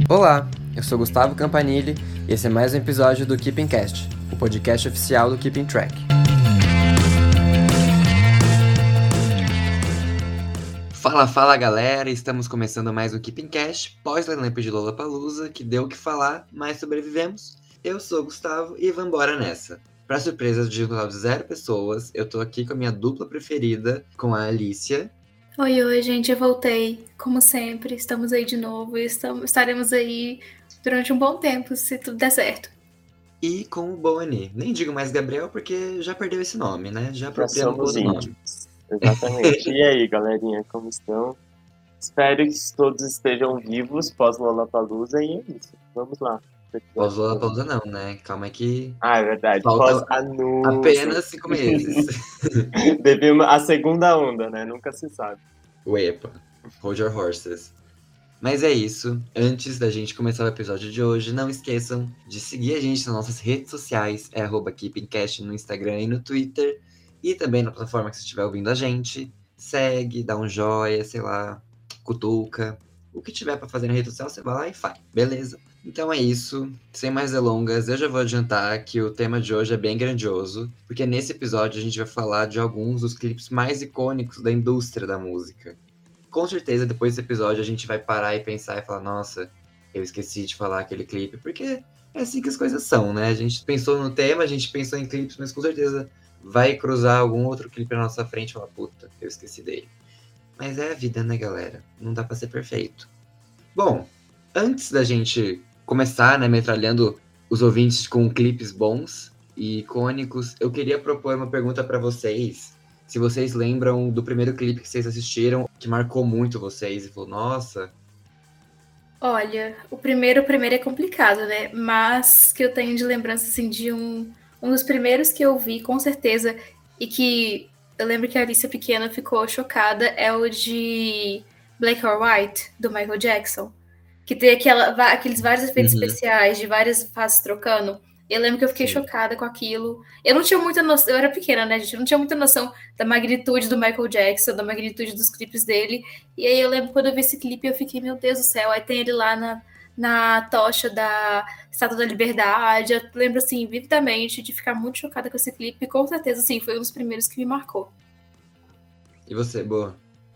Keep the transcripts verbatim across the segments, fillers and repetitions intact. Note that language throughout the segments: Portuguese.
Olá, eu sou Gustavo Campanile e esse é mais um episódio do Keeping Cast, o podcast oficial do Keeping Track. Fala, fala galera, estamos começando mais um Keeping Cast, pós-line-up de Lollapalooza, que deu o que falar, mas sobrevivemos. Eu sou o Gustavo e vambora nessa. Pra surpresa de um total de zero pessoas, eu tô aqui com a minha dupla preferida, com a Alicia. Oi, oi, gente, eu voltei. Como sempre, estamos aí de novo e estamos, estaremos aí durante um bom tempo, se tudo der certo. E com o Boni. Nem digo mais Gabriel, porque já perdeu esse nome, né? Já apropriamos somos outro nome. íntimos. Exatamente. E aí, galerinha, como estão? Espero que todos estejam vivos pós-Lollapalooza e é isso. Vamos lá. Pós-Lollapalooza não, né? Calma aí que... Ah, é verdade. Falta Pós-anúncio. apenas cinco meses. Devemos a segunda onda, né? Nunca se sabe. Uepa. Hold your horses. Mas é isso. Antes da gente começar o episódio de hoje, não esqueçam de seguir a gente nas nossas redes sociais. É arroba KeepingCast no Instagram e no Twitter. E também na plataforma que você estiver ouvindo a gente. Segue, dá um joia, sei lá, cutuca. O que tiver pra fazer na rede social, você vai lá e faz. Beleza? Então é isso. Sem mais delongas, eu já vou adiantar que o tema de hoje é bem grandioso. Porque nesse episódio a gente vai falar de alguns dos clipes mais icônicos da indústria da música. Com certeza, depois desse episódio, a gente vai parar e pensar e falar, nossa, eu esqueci de falar aquele clipe, porque é assim que as coisas são, né? A gente pensou no tema, a gente pensou em clipes, mas com certeza vai cruzar algum outro clipe na nossa frente e falar, puta, eu esqueci dele. Mas é a vida, né, galera? Não dá pra ser perfeito. Bom, antes da gente começar, né, metralhando os ouvintes com clipes bons e icônicos, eu queria propor uma pergunta pra vocês. Se vocês lembram do primeiro clipe que vocês assistiram, que marcou muito vocês e falou, nossa... Olha, o primeiro, o primeiro é complicado, né? Mas que eu tenho de lembrança, assim, de um, um dos primeiros que eu vi, com certeza, e que eu lembro que a Alicia pequena ficou chocada, é o de Black or White, do Michael Jackson. Que tem aquela, aqueles vários efeitos uhum. especiais, de várias faces trocando. Eu lembro que eu fiquei Sim. chocada com aquilo. Eu não tinha muita noção, eu era pequena, né, gente? Eu não tinha muita noção da magnitude do Michael Jackson, da magnitude dos clipes dele. E aí eu lembro quando eu vi esse clipe, eu fiquei, meu Deus do céu. Aí tem ele lá na, na tocha da Estátua da Liberdade. Eu lembro, assim, vividamente de ficar muito chocada com esse clipe. E com certeza, assim, foi um dos primeiros que me marcou. E você, Boa?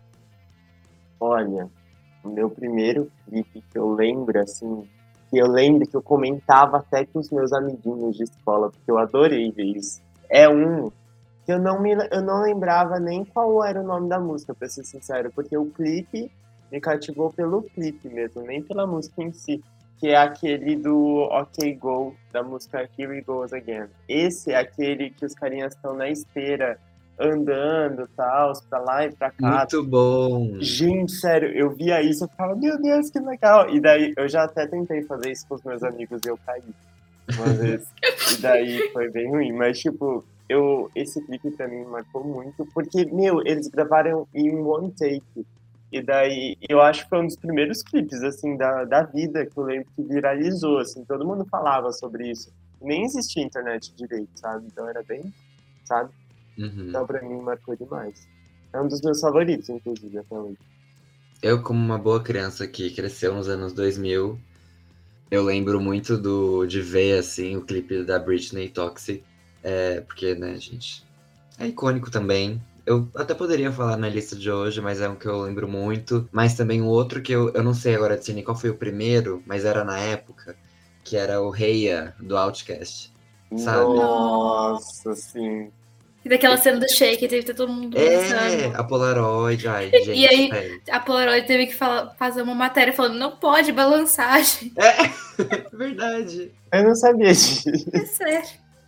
Olha, o meu primeiro clipe que eu lembro, assim... que eu lembro que eu comentava até com os meus amiguinhos de escola, porque eu adorei ver isso. É um que eu não, me, eu não lembrava nem qual era o nome da música, pra ser sincero, porque o clipe me cativou pelo clipe mesmo, nem pela música em si, que é aquele do OK Go, da música Here We Goes Again. Esse é aquele que os carinhas estão na esteira, andando, tal, pra lá e pra cá. Muito bom! Gente, sério, eu via isso e ficava, meu Deus, que legal! E daí, eu já até tentei fazer isso com os meus amigos e eu caí uma vez. E daí foi bem ruim. Mas, tipo, eu, esse clipe pra mim marcou muito, porque, meu, eles gravaram em one take. E daí, eu acho que foi um dos primeiros clipes, assim, da, da vida que eu lembro que viralizou, assim, todo mundo falava sobre isso. Nem existia internet direito, sabe? Então era bem, sabe? Uhum. Então, pra mim, marcou demais. É um dos meus favoritos, inclusive, até hoje. Eu, como uma boa criança que cresceu nos anos dois mil, eu lembro muito do, de ver, assim, o clipe da Britney Toxic. É, porque, né, gente, é icônico também. Eu até poderia falar na lista de hoje, mas é um que eu lembro muito. Mas também um outro que eu, eu não sei agora, Tini, qual foi o primeiro, mas era na época, que era o Heya, do Outkast, sabe? Nossa, sim. E daquela cena do Shake, teve que ter todo mundo É, a Polaroid, ai, gente. E aí, sério. a Polaroid teve que falar, fazer uma matéria falando, não pode balançar, gente. É, verdade. Eu não sabia disso. É sério.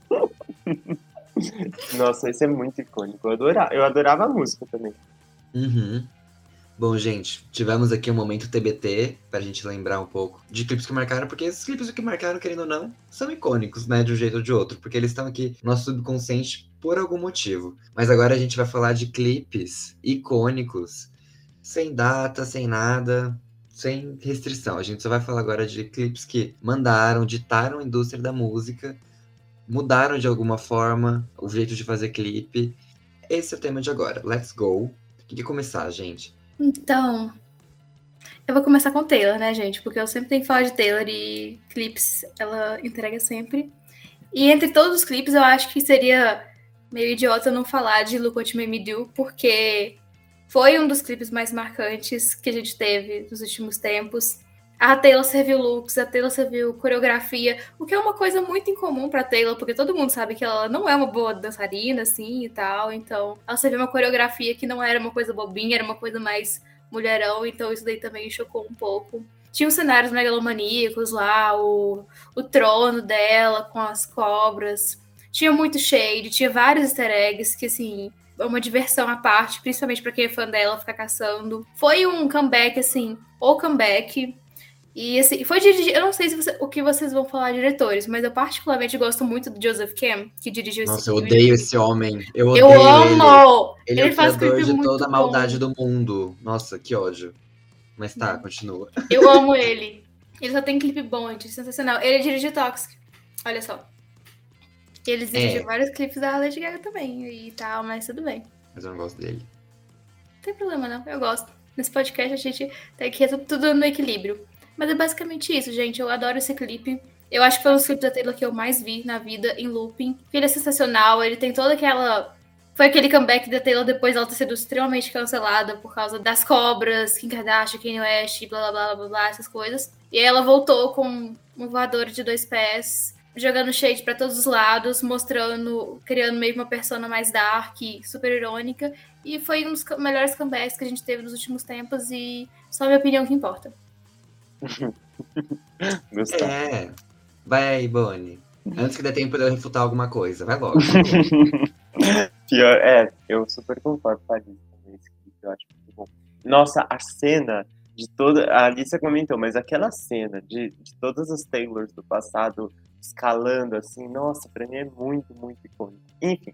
Nossa, esse é muito icônico. Eu adorava, eu adorava a música também. Uhum. Bom, gente, tivemos aqui um momento T B T, pra gente lembrar um pouco de clipes que marcaram, porque esses clipes que marcaram, querendo ou não, são icônicos, né, de um jeito ou de outro, porque eles estão aqui no nosso subconsciente por algum motivo. Mas agora a gente vai falar de clipes icônicos, sem data, sem nada, sem restrição. A gente só vai falar agora de clipes que mandaram, ditaram a indústria da música, mudaram de alguma forma o jeito de fazer clipe. Esse é o tema de agora. Let's go. Quem quer começar, gente? Então, Eu vou começar com Taylor, né, gente? Porque eu sempre tenho que falar de Taylor e clipes ela entrega sempre. E entre todos os clipes, eu acho que seria meio idiota não falar de Look What You Made Me Do, porque foi um dos clipes mais marcantes que a gente teve nos últimos tempos. A Taylor serviu looks, a Taylor serviu coreografia, o que é uma coisa muito incomum pra Taylor, porque todo mundo sabe que ela não é uma boa dançarina, assim, e tal. Então, ela serviu uma coreografia que não era uma coisa bobinha, era uma coisa mais mulherão, então isso daí também chocou um pouco. Tinha os cenários megalomaníacos lá, o, o trono dela com as cobras. Tinha muito shade, tinha vários easter eggs que, assim, é uma diversão à parte, principalmente pra quem é fã dela, ficar caçando. Foi um comeback, assim, o comeback. E, assim, foi dirigido... Eu não sei se você, o que vocês vão falar, diretores, mas eu particularmente gosto muito do Joseph Kim, que dirigiu esse Nossa, eu filme. odeio esse homem. Eu Eu odeio ele. amo! Ele é Ele o faz criador clipe de toda muito a maldade bom. do mundo. Nossa, que ódio. Mas tá, Né? continua. Eu amo ele. Ele só tem clipe bom, gente. Sensacional. Ele dirigiu Toxic. Olha só. Eles dirigiram É, vários clipes da Lady Gaga também e tal, mas tudo bem. mas eu não gosto dele. Não tem problema não, eu gosto. Nesse podcast a gente tem que resolver tudo no equilíbrio. Mas é basicamente isso, gente. Eu adoro esse clipe. Eu acho que foi um dos clipes da Taylor que eu mais vi na vida, em looping. Porque ele é sensacional, ele tem toda aquela... Foi aquele comeback da Taylor depois dela ter sido extremamente cancelada por causa das cobras, Kim Kardashian, Kanye West, blá blá blá blá blá, essas coisas. E aí ela voltou com um voador de dois pés, jogando shade pra todos os lados, mostrando, criando meio que uma persona mais dark, super irônica. E foi um dos melhores comebacks que a gente teve nos últimos tempos e só a minha opinião que importa. Gustavo. É. Vai aí, Bonnie. Antes que dê tempo de eu refutar alguma coisa. Vai logo. Pior, é, eu super concordo com a Alice também, esse clipe eu acho muito bom. Nossa, a cena de toda... A Alice comentou, mas aquela cena de, de todas as Taylors do passado escalando, assim, nossa, pra mim é muito, muito icônico. Enfim.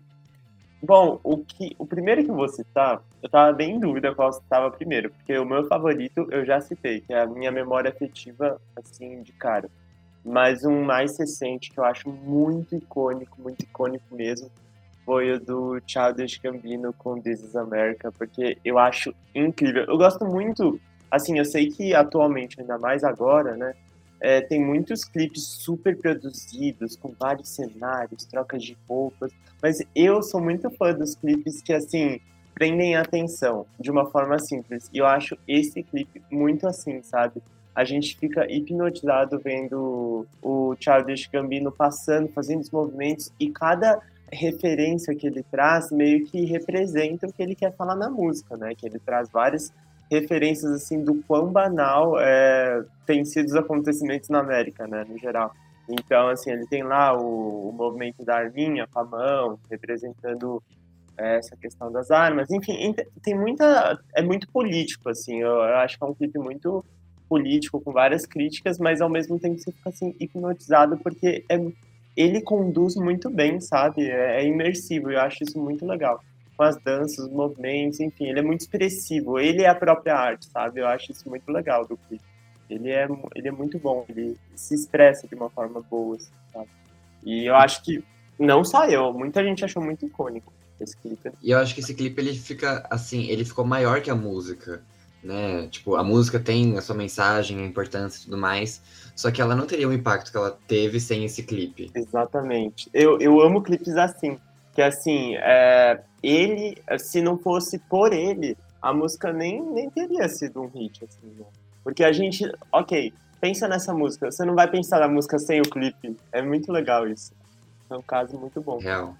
Bom, o, que, o primeiro que eu vou citar, eu tava bem em dúvida qual citava primeiro, porque o meu favorito eu já citei, que é a minha memória afetiva, assim, de cara. Mas um mais recente que eu acho muito icônico, muito icônico mesmo, foi o do Childish Gambino com This Is America, porque eu acho incrível. Eu gosto muito, assim, eu sei que atualmente, ainda mais agora, né, é, tem muitos clipes super produzidos, com vários cenários, trocas de roupas, mas eu sou muito fã dos clipes que, assim, prendem a atenção de uma forma simples. E eu acho esse clipe muito assim, sabe? A gente fica hipnotizado vendo o Childish Gambino passando, fazendo os movimentos, e cada referência que ele traz meio que representa o que ele quer falar na música, né? Que ele traz várias referências, assim, do quão banal é, tem sido os acontecimentos na América, né? No geral. Então, assim, ele tem lá o, o movimento da arminha com a mão, representando é, essa questão das armas. Enfim, tem muita... É muito político, assim. Eu, eu acho que é um clipe muito político, com várias críticas, mas ao mesmo tempo você fica, assim, hipnotizado, porque é, ele conduz muito bem, sabe? É, é imersivo, eu acho isso muito legal. Com as danças, os movimentos, enfim, ele é muito expressivo. Ele é a própria arte, sabe? Eu acho isso muito legal do clipe. Ele é, ele é muito bom, ele se expressa de uma forma boa, assim, sabe? E eu acho que, não só eu, muita gente achou muito icônico esse clipe. E eu acho que esse clipe, ele fica, assim, ele ficou maior que a música, né? Tipo, a música tem a sua mensagem, a importância e tudo mais, só que ela não teria o impacto que ela teve sem esse clipe. Exatamente. Eu, eu amo clipes assim, que assim, é, ele, se não fosse por ele, a música nem, nem teria sido um hit, assim, né? Porque a gente, ok, pensa nessa música, você não vai pensar na música sem o clipe, é muito legal isso. É um caso muito bom. Real.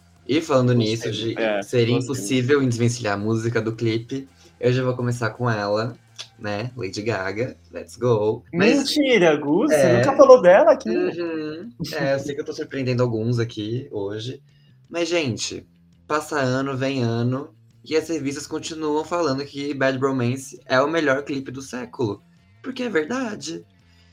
E falando Gostei, nisso, de é, seria gostei. impossível em desvencilhar a música do clipe, eu já vou começar com ela, né? Lady Gaga, Let's Go. Mas, Mentira, Gus, você é... nunca falou dela aqui. Uhum. É, eu sei que eu tô surpreendendo alguns aqui hoje. Mas, gente, passa ano, vem ano, e as revistas continuam falando que Bad Romance é o melhor clipe do século. Porque é verdade.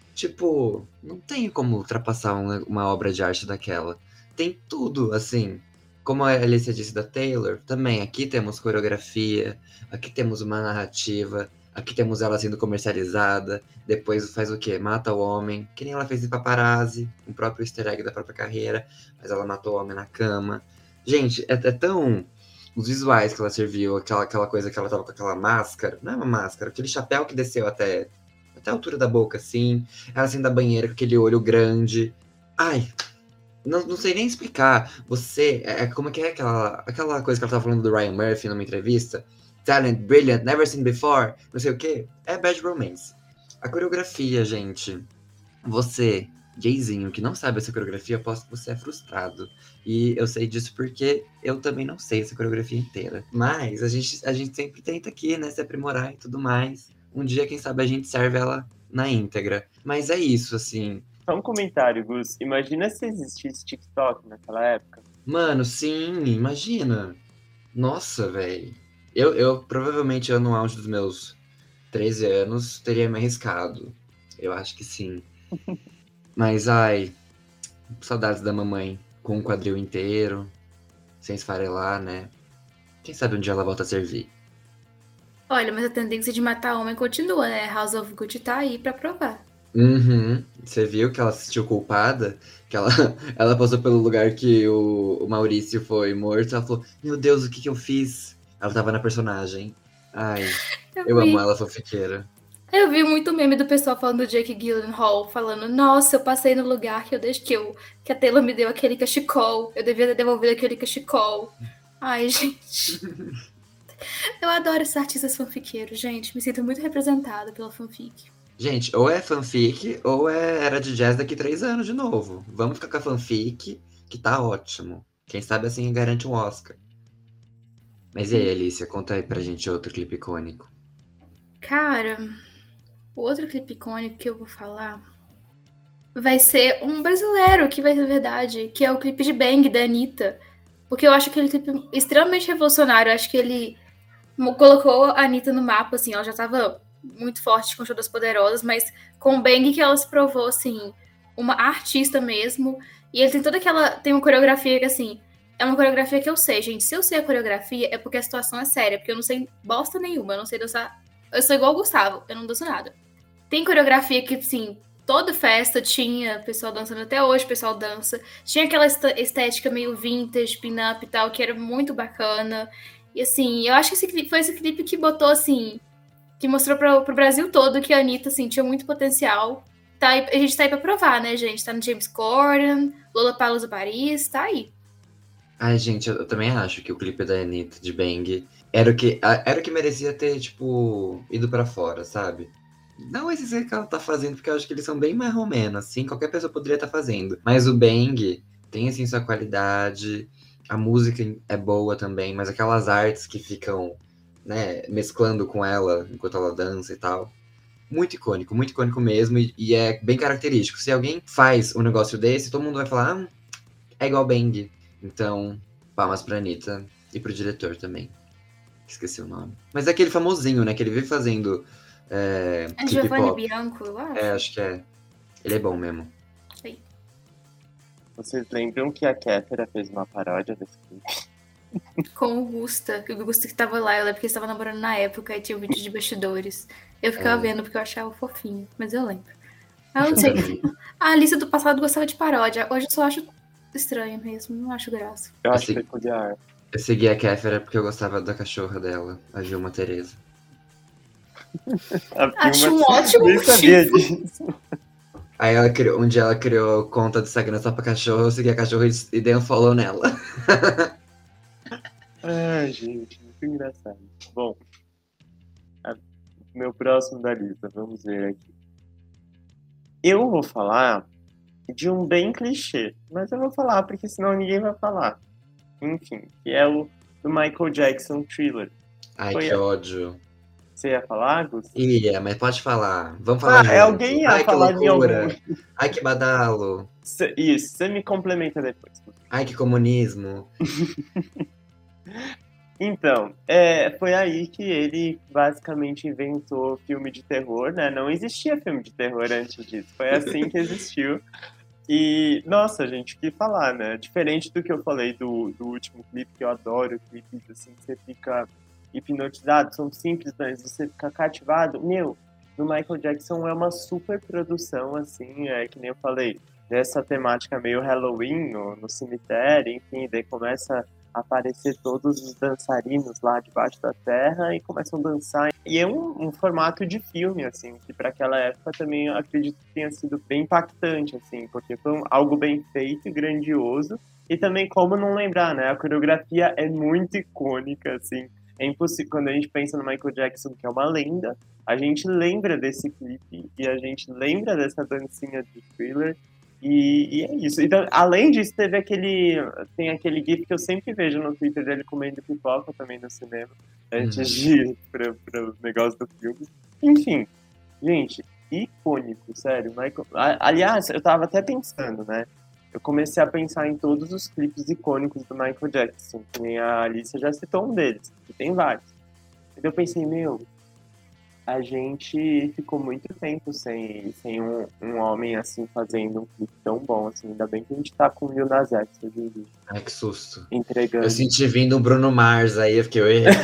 Tipo, não tem como ultrapassar uma, uma obra de arte daquela. Tem tudo, assim. Como a Alicia disse da Taylor, também aqui temos coreografia, aqui temos uma narrativa, aqui temos ela sendo comercializada, depois faz o quê? Mata o homem, que nem ela fez em Paparazzi, um próprio easter egg da própria carreira, mas ela matou o homem na cama. Gente, é, é tão os visuais que ela serviu, aquela, aquela coisa que ela tava com aquela máscara, não é uma máscara, aquele chapéu que desceu até, até a altura da boca, assim, ela assim da banheira com aquele olho grande. Ai, não, não sei nem explicar. Você, é, é- como é que é aquela, aquela coisa que ela tava falando do Ryan Murphy numa entrevista? Talent, brilliant, never seen before, não sei o quê. É Bad Romance. A coreografia, gente. Você, gayzinho, que não sabe essa coreografia, aposto que você é frustrado. E eu sei disso porque eu também não sei essa coreografia inteira. Mas a gente, a gente sempre tenta aqui, né, se aprimorar e tudo mais. Um dia, quem sabe, a gente serve ela na íntegra. Mas é isso, assim. Só um comentário, Gus. Imagina se existisse TikTok naquela época. Mano, sim, imagina. Nossa, velho. Eu, eu provavelmente, eu, no auge dos meus treze anos, teria me arriscado. Eu acho que sim. Mas, ai, saudades da mamãe com o quadril inteiro, sem esfarelar, né? Quem sabe um dia ela volta a servir. Olha, mas a tendência de matar homem continua, né? House of Gucci tá aí pra provar. Uhum. Você viu que ela se sentiu culpada? Que ela, ela passou pelo lugar que o, o Maurício foi morto. Ela falou: Meu Deus, o que, que eu fiz? Ela tava na personagem. Ai, Eu eu amo vi, ela, fofiqueira. eu vi muito meme do pessoal falando do Jake Gyllenhaal, falando, nossa, eu passei no lugar que eu deixei que, eu, que a Taylor me deu aquele cachecol. Eu devia ter devolvido aquele cachecol. Ai, gente. Eu adoro esses artistas fanfiqueiros, gente. Me sinto muito representada pela fanfic. Gente, ou é fanfic, ou é era de jazz daqui três anos de novo. Vamos ficar com a fanfic, que tá ótimo. Quem sabe assim garante um Oscar. Mas e aí, Alicia, conta aí pra gente outro clipe icônico. Cara, o outro clipe icônico que eu vou falar vai ser um brasileiro, que vai ser verdade, que é o clipe de Bang, da Anitta. Porque eu acho aquele clipe extremamente revolucionário. Eu acho que ele colocou a Anitta no mapa, assim, ela já tava muito forte com Todas Poderosas, mas com o Bang que ela se provou, assim, uma artista mesmo. E ele tem toda aquela. Tem uma coreografia que, assim, é uma coreografia que eu sei, gente. Se eu sei a coreografia, é porque a situação é séria, porque eu não sei bosta nenhuma, eu não sei dançar. Eu sou igual o Gustavo, eu não danço nada. Tem coreografia que, assim, toda festa tinha pessoal dançando, até hoje o pessoal dança. Tinha aquela estética meio vintage, pin-up e tal, que era muito bacana. E assim, eu acho que esse clipe, foi esse clipe que botou, assim, que mostrou pra, pro Brasil todo que a Anitta, assim, tinha muito potencial. Tá aí, a gente tá aí pra provar, né, gente? Tá no James Corden, Lollapalooza Paris, tá aí. Ai, gente, eu, eu também acho que o clipe da Anitta de Bang era o que, a- era o que merecia ter, tipo, ido pra fora, sabe? Não esses que ela tá fazendo, porque eu acho que eles são bem mais ou menos, assim, qualquer pessoa poderia estar fazendo. Mas o Bang tem, assim, sua qualidade, a música é boa também, mas aquelas artes que ficam, né, mesclando com ela enquanto ela dança e tal. Muito icônico, muito icônico mesmo, e, e é bem característico. Se alguém faz um negócio desse, todo mundo vai falar, ah, é igual Bang. Então, palmas pra Anitta e pro diretor também. Esqueci o nome. Mas é aquele famosinho, né? Que ele vive fazendo é, É clipe Giovanni pop. Bianco, eu acho. É, acho que é. Ele é bom mesmo. Aí. Vocês lembram que a Kéfera fez uma paródia desse clipe? Com o Gusta, que o Gusta que tava lá, eu lembro que eles estavam namorando na época e tinha um vídeo de bastidores. Eu ficava É. vendo porque eu achava fofinho, mas eu lembro. Ah, eu não sei. A Alice do passado gostava de paródia. Hoje eu só acho estranho mesmo, não acho graça. Eu Eu acho sei- peculiar. Eu segui a Kéfera porque eu gostava da cachorra dela, a Vilma Teresa. A Acho Vilma um ótimo nem sabia motivo. disso. Aí ela criou, um dia ela criou conta do Instagram só pra cachorro, eu segui a cachorra e, e dei um follow nela. Ai, gente, muito engraçado. Bom, a- meu próximo da lista, vamos ver aqui. Eu vou falar de um bem clichê, mas eu vou falar porque senão ninguém vai falar. Enfim, que é o do Michael Jackson Thriller. Ai, Foi que a- ódio. Você ia falar, Gus? Ia, mas pode falar. Vamos falar Ah, junto. é alguém ia Ai, que falar de algum. loucura. Ai, que badalo. Cê- Isso, você me complementa depois. Ai, que comunismo. Então, é, foi aí que ele basicamente inventou filme de terror, né? Não existia filme de terror antes disso. Foi assim que existiu. E, nossa, gente, o que falar, né? Diferente do que eu falei do, do último clipe, que eu adoro, clipes assim, que você fica hipnotizado, são simples, mas você fica cativado. Meu, no Michael Jackson é uma super produção, assim, é que nem eu falei, dessa temática meio Halloween no, no cemitério, enfim, daí começa aparecer todos os dançarinos lá debaixo da terra e começam a dançar. E é um, um formato de filme, assim, que para aquela época também eu acredito que tenha sido bem impactante, assim, porque foi um, algo bem feito e grandioso. E também, como não lembrar, né? A coreografia é muito icônica, assim. É impossível, quando a gente pensa no Michael Jackson, que é uma lenda, a gente lembra desse clipe e a gente lembra dessa dancinha de Thriller. E, e é isso. Então, além disso, teve aquele. Tem aquele GIF que eu sempre vejo no Twitter dele comendo pipoca também no cinema, antes Uhum. de ir para o negócio do filme. Enfim, gente, icônico, sério. Michael... Aliás, eu tava até pensando, né? Eu comecei a pensar em todos os clipes icônicos do Michael Jackson, que nem a Alicia já citou um deles, que tem vários. Então eu pensei, meu, a gente ficou muito tempo sem, sem um, um homem assim fazendo um clipe tão bom, assim. Ainda bem que a gente tá com o Lil Nas X hoje em dia, Ai, que susto. entregando. Eu senti vindo um Bruno Mars aí, eu fiquei, eu errei.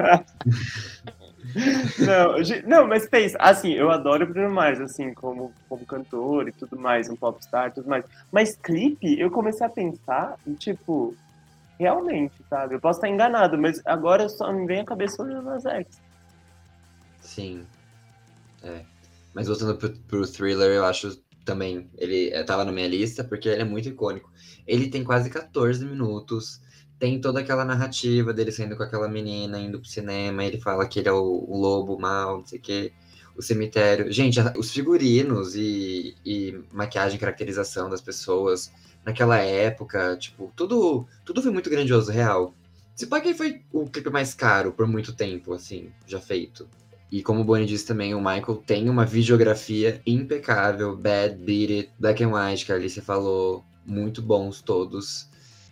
não, ge- não, mas pensa, assim, eu adoro o Bruno Mars, assim, como, como cantor e tudo mais, um popstar e tudo mais. Mas clipe, eu comecei a pensar e, tipo, realmente, sabe? Eu posso estar enganado, mas agora só me vem a cabeça o Lil Nas X. Sim. É. Mas voltando pro, pro Thriller, eu acho também, ele eh, tava na minha lista porque ele é muito icônico. Ele tem quase catorze minutos, tem toda aquela narrativa dele saindo com aquela menina, indo pro cinema, ele fala que ele é o, o lobo mau, não sei o quê, o cemitério. Gente, a- os figurinos e, e maquiagem, caracterização das pessoas naquela época, tipo, tudo, tudo foi muito grandioso, real. Se pá que foi o clipe mais caro por muito tempo, assim, já feito. E como o Bonnie disse também, o Michael tem uma videografia impecável, Bad, Beat It, Black and White, que a Alicia falou, muito bons todos.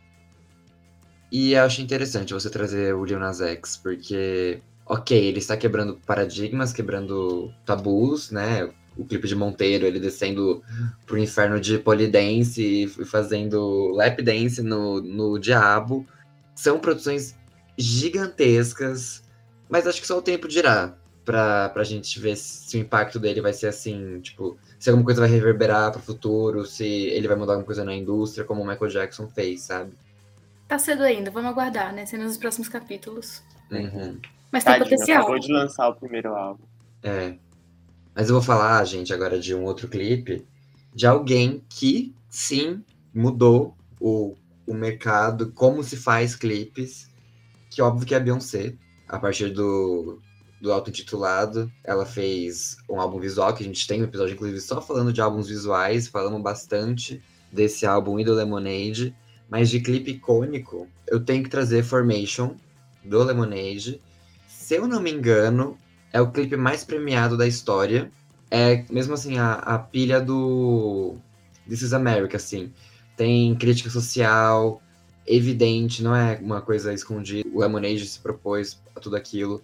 E eu acho interessante você trazer o Lil Nas X, porque, ok, ele está quebrando paradigmas, quebrando tabus, né? O clipe de Monteiro, ele descendo pro inferno de polidense e fazendo lap dance no, no Diabo. São produções gigantescas, mas acho que só o tempo dirá pra, pra gente ver se o impacto dele vai ser assim, tipo, se alguma coisa vai reverberar pro futuro, se ele vai mudar alguma coisa na indústria, como o Michael Jackson fez, sabe? Tá cedo ainda, vamos aguardar, né? Sendo nos próximos capítulos. Uhum. Mas tem Tadinho, potencial. acabou de lançar o primeiro álbum. É. Mas eu vou falar, gente, agora de um outro clipe, de alguém que, sim, mudou o, o mercado, como se faz clipes, que óbvio que é a Beyoncé, a partir do, do auto-intitulado, ela fez um álbum visual, que a gente tem um episódio, inclusive, só falando de álbuns visuais, falamos bastante desse álbum e do Lemonade, mas de clipe icônico, eu tenho que trazer Formation, do Lemonade. Se eu não me engano, é o clipe mais premiado da história. É, mesmo assim, a, a pilha do This is America, assim. Tem crítica social, evidente, não é uma coisa escondida. O Lemonade se propôs a tudo aquilo.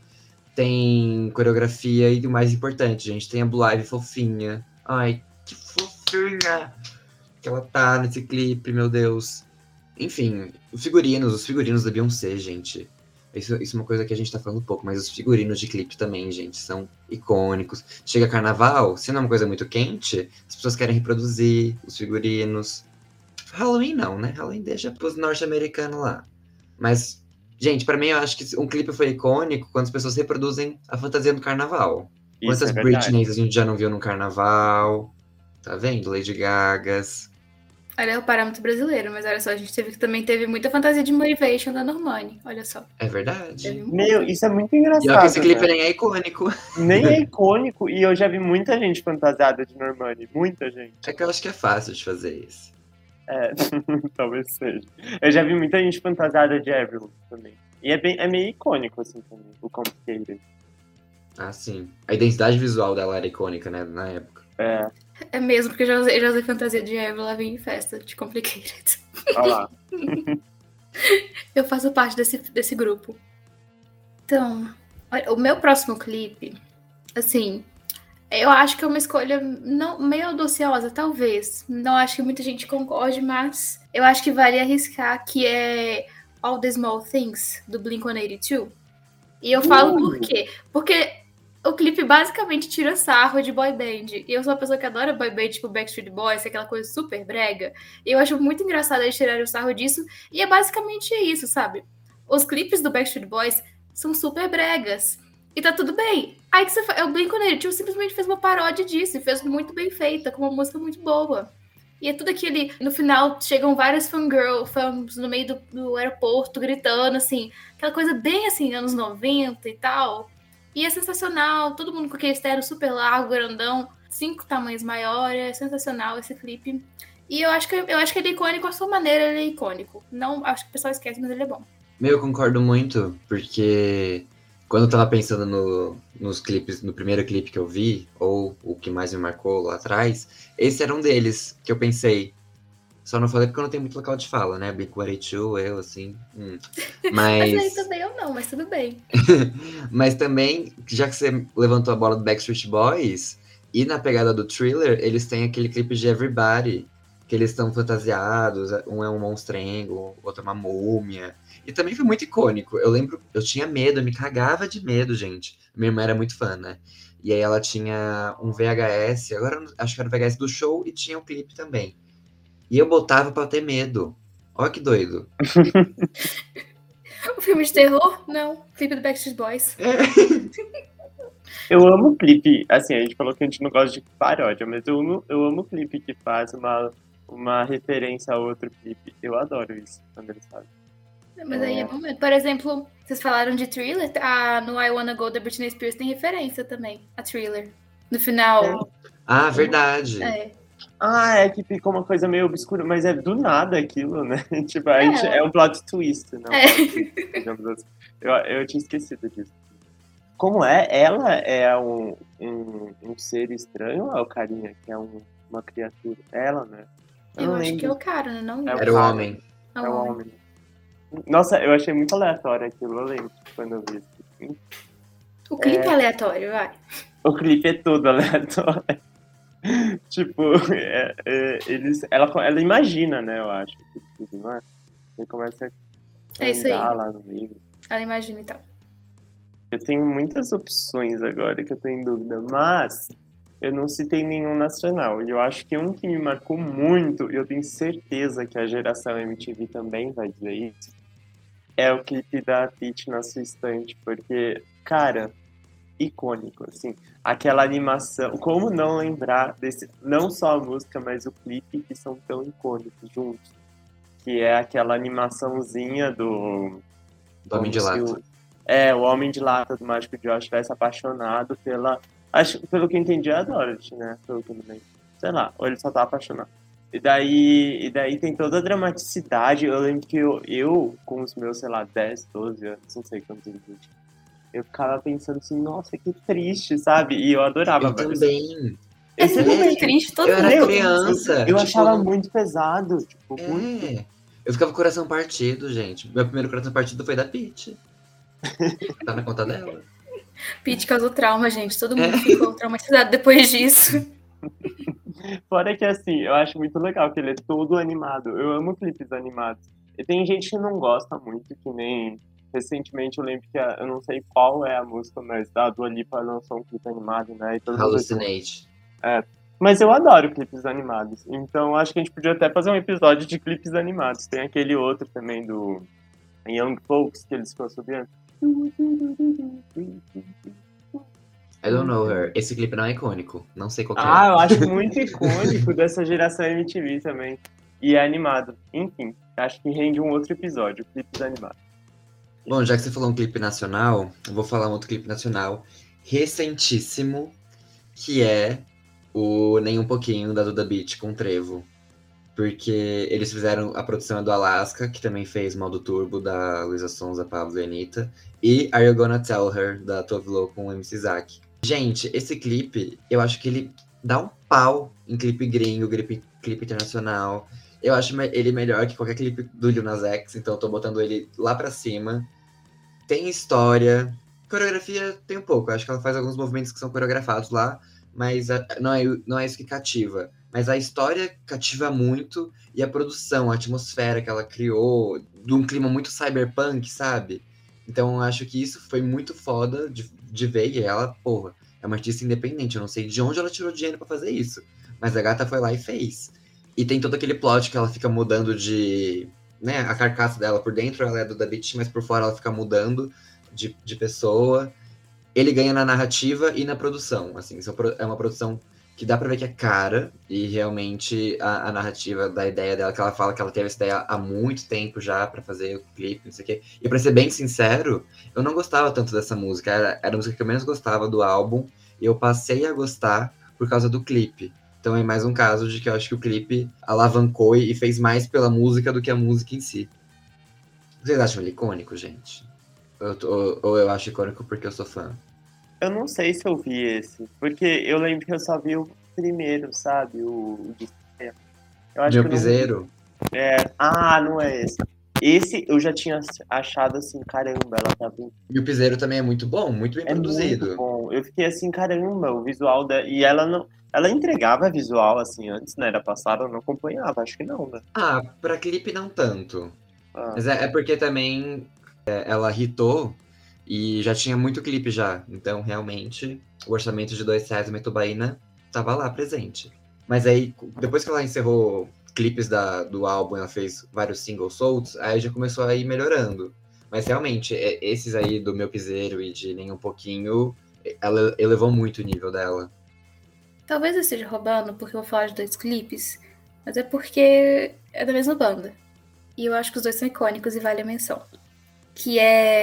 Tem coreografia e o mais importante, gente, tem a Blue Ivy fofinha. Ai, que fofinha que ela tá nesse clipe, meu Deus. Enfim, os figurinos, os figurinos da Beyoncé, gente. Isso, isso é uma coisa que a gente tá falando pouco, mas os figurinos de clipe também, gente, são icônicos. Chega carnaval, se não é uma coisa muito quente, as pessoas querem reproduzir os figurinos. Halloween não, né? Halloween deixa pros norte-americanos lá. Mas, gente, pra mim eu acho que um clipe foi icônico quando as pessoas reproduzem a fantasia do carnaval. Isso Quantas é verdade. Britneys a gente já não viu no carnaval? Tá vendo? Lady Gagas. Olha, é o parâmetro brasileiro, mas olha só, a gente teve, também teve muita fantasia de Motivation da Normani. Olha só. É verdade. Teve um Meu, monte. isso é muito E olha engraçado, que esse clipe né? nem é icônico. Nem é icônico e eu já vi muita gente fantasiada de Normani. Muita gente. É que eu acho que é fácil de fazer isso. É, talvez seja. Eu já vi muita gente fantasiada de Avril também. E é, bem, é meio icônico, assim, também, o Complicated. Ah, sim. A identidade visual dela era icônica, né, na época. É, É mesmo, porque eu já usei, já usei fantasia de Avril Lavigne em festa de Complicated. olha lá. Eu faço parte desse, desse grupo. Então, olha, o meu próximo clipe, assim, eu acho que é uma escolha não, meio audaciosa, talvez. Não acho que muita gente concorde, mas eu acho que vale arriscar, que é All the Small Things, do Blink one eighty-two. E eu falo Uh! por quê? Porque o clipe basicamente tira sarro de boy band. E eu sou uma pessoa que adora boy band, tipo Backstreet Boys, aquela coisa super brega. E eu acho muito engraçado eles tirarem o sarro disso. E é basicamente isso, sabe? Os clipes do Backstreet Boys são super bregas. E tá tudo bem. Aí que você fa... eu brinco nele, tipo, simplesmente fez uma paródia disso e fez muito bem feita, com uma música muito boa. E é tudo aquele... No final, chegam várias fangirl, fãs no meio do, do aeroporto, gritando, assim. Aquela coisa bem, assim, anos noventa e tal. E é sensacional. Todo mundo com aquele estéreo super largo, grandão. Cinco tamanhos maior. É sensacional esse clipe. E eu acho que, eu acho que ele é icônico. A sua maneira, ele é icônico. Não, acho que o pessoal esquece, mas ele é bom. Meu, eu concordo muito, porque... Quando eu tava pensando no, nos clipes, no primeiro clipe que eu vi, ou o que mais me marcou lá atrás, esse era um deles que eu pensei. Só não falei porque eu não tenho muito local de fala, né? blink one eighty-two, eu, assim. Hum. Mas... mas aí também eu não, mas tudo bem. Mas também, já que você levantou a bola do Backstreet Boys, e na pegada do Thriller, eles têm aquele clipe de Everybody, que eles estão fantasiados, um é um monstrengo, outro é uma múmia. E também foi muito icônico. Eu lembro, eu tinha medo, eu me cagava de medo, gente. Minha irmã era muito fã, né? E aí ela tinha um V H S, agora acho que era o V H S do show e tinha um clipe também. E eu botava pra ter medo. Olha que doido. O filme de terror? Não. Clipe do Backstreet Boys. É. Eu amo o clipe, assim, a gente falou que a gente não gosta de paródia, mas eu amo, eu amo o clipe que faz uma, uma referência a outro clipe. Eu adoro isso, quando eles fazem. Mas aí é bom mesmo. Por exemplo, vocês falaram de Thriller, ah, no I Wanna Go da Britney Spears tem referência também, a Thriller. No final. Ah, verdade. É. Ah, é que ficou uma coisa meio obscura, mas é do nada aquilo, né? Tipo, a gente, é. é um plot twist, né? É. Digamos assim. Eu, eu tinha esquecido disso. Como é? Ela é um, um, um ser estranho ou é o carinha que é um, uma criatura? Ela, né? Eu, eu acho lembro. que é o cara, né? Não é Era o homem. É o homem. homem. Nossa, eu achei muito aleatório aquilo, eu lembro quando eu vi isso. O clipe é, é aleatório, vai. O clipe é todo aleatório. Tipo, é, é, eles, ela, ela imagina, né, eu acho. Não é? Ele começa a é isso aí. lá no meio. Ela imagina e tal. Eu tenho muitas opções agora que eu tô em dúvida, mas eu não citei nenhum nacional. E eu acho que um que me marcou muito, e eu tenho certeza que a geração M T V também vai dizer isso, é o clipe da Pitty na sua estante, porque, cara, icônico, assim, aquela animação, como não lembrar desse, não só a música, mas o clipe, que são tão icônicos juntos, que é aquela animaçãozinha do... Do Homem de Lata. É, o Homem de Lata do Mágico de Oz estivesse apaixonado pela... Acho, pelo que eu entendi, é a Dorothy, né? Pelo que eu me lembro. Sei lá, ou ele só tá apaixonado. E daí, e daí tem toda a dramaticidade. Eu lembro que eu, eu, com os meus, sei lá, dez, doze anos, não sei quantos anos, eu ficava pensando assim, nossa, que triste, sabe? E eu adorava. Eu também. É sempre triste, todo mundo. Eu era criança. Eu, eu tipo, achava muito pesado, tipo, é. muito. Eu ficava com o coração partido, gente. Meu primeiro coração partido foi da Pitty. Tá na conta dela. Pitty causou trauma, gente. Todo mundo é. ficou traumatizado depois disso. Fora que, assim, eu acho muito legal que ele é todo animado. Eu amo clipes animados. E tem gente que não gosta muito, que nem... Recentemente eu lembro que, a, eu não sei qual é a música, mas a Dua Lipa lançou um clipe animado, né? E todo Hallucinate. É. Mas eu adoro clipes animados. Então acho que a gente podia até fazer um episódio de clipes animados. Tem aquele outro também do Young Folks, que eles ficam subindo. I don't know her. Esse clipe não é icônico. Não sei qual que ah, é. Ah, eu acho muito icônico dessa geração M T V também. E é animado. Enfim, acho que rende um outro episódio, clipes animados. Bom, já que você falou um clipe nacional, eu vou falar um outro clipe nacional recentíssimo, que é o Nem Um Pouquinho, da Duda Beat, com Trevo. Porque eles fizeram a produção do Alaska, que também fez Modo Turbo, da Luísa Sonza, Pablo e Anitta. E Are You Gonna Tell Her, da Tove Lo, com o M C Zack. Gente, esse clipe, eu acho que ele dá um pau em clipe gringo, clipe, clipe internacional. Eu acho ele melhor que qualquer clipe do Lil Nas X, então eu tô botando ele lá pra cima. Tem história. Coreografia tem um pouco, eu acho que ela faz alguns movimentos que são coreografados lá, mas não é, não é isso que cativa. Mas a história cativa muito, e a produção, a atmosfera que ela criou, de um clima muito cyberpunk, sabe? Então eu acho que isso foi muito foda de, de ver, e ela, porra, é uma artista independente, eu não sei de onde ela tirou dinheiro pra fazer isso, mas a gata foi lá e fez. E tem todo aquele plot que ela fica mudando de, né, a carcaça dela por dentro ela é do Da Beach, mas por fora ela fica mudando de, de pessoa. Ele ganha na narrativa e na produção, assim, isso é uma produção que dá pra ver que é cara, e realmente a, a narrativa da ideia dela, que ela fala que ela teve essa ideia há muito tempo já pra fazer o clipe, não sei o quê. E pra ser bem sincero, eu não gostava tanto dessa música, era, era a música que eu menos gostava do álbum, e eu passei a gostar por causa do clipe. Então é mais um caso de que eu acho que o clipe alavancou e fez mais pela música do que a música em si. Vocês acham ele icônico, gente? Ou, ou, ou eu acho icônico porque eu sou fã? Eu não sei se eu vi esse, porque eu lembro que eu só vi o primeiro, sabe? O, o de estreia. Eu acho Meu que eu não vi. Piseiro? É... Ah, não é esse. Esse eu já tinha achado assim, caramba, ela tá bem. Meu Piseiro também é muito bom, muito bem É muito produzido. bom. Eu fiquei assim, caramba, o visual da. E ela não. Ela entregava visual assim antes, né? Era passada, eu não acompanhava, acho que não, né? Ah, pra clipe não tanto. Ah, Mas é, é porque também é, ela hitou e já tinha muito clipe já. Então, realmente, o orçamento de dois reais uma tubaína tava lá presente. Mas aí, depois que ela encerrou clipes da, do álbum, ela fez vários singles soltos, aí já começou a ir melhorando. Mas realmente, é, esses aí do Meu Piseiro e de Nem Um Pouquinho, ela elevou muito o nível dela. Talvez eu esteja roubando porque eu vou falar de dois clipes, mas é porque é da mesma banda. E eu acho que os dois são icônicos e vale a menção. Que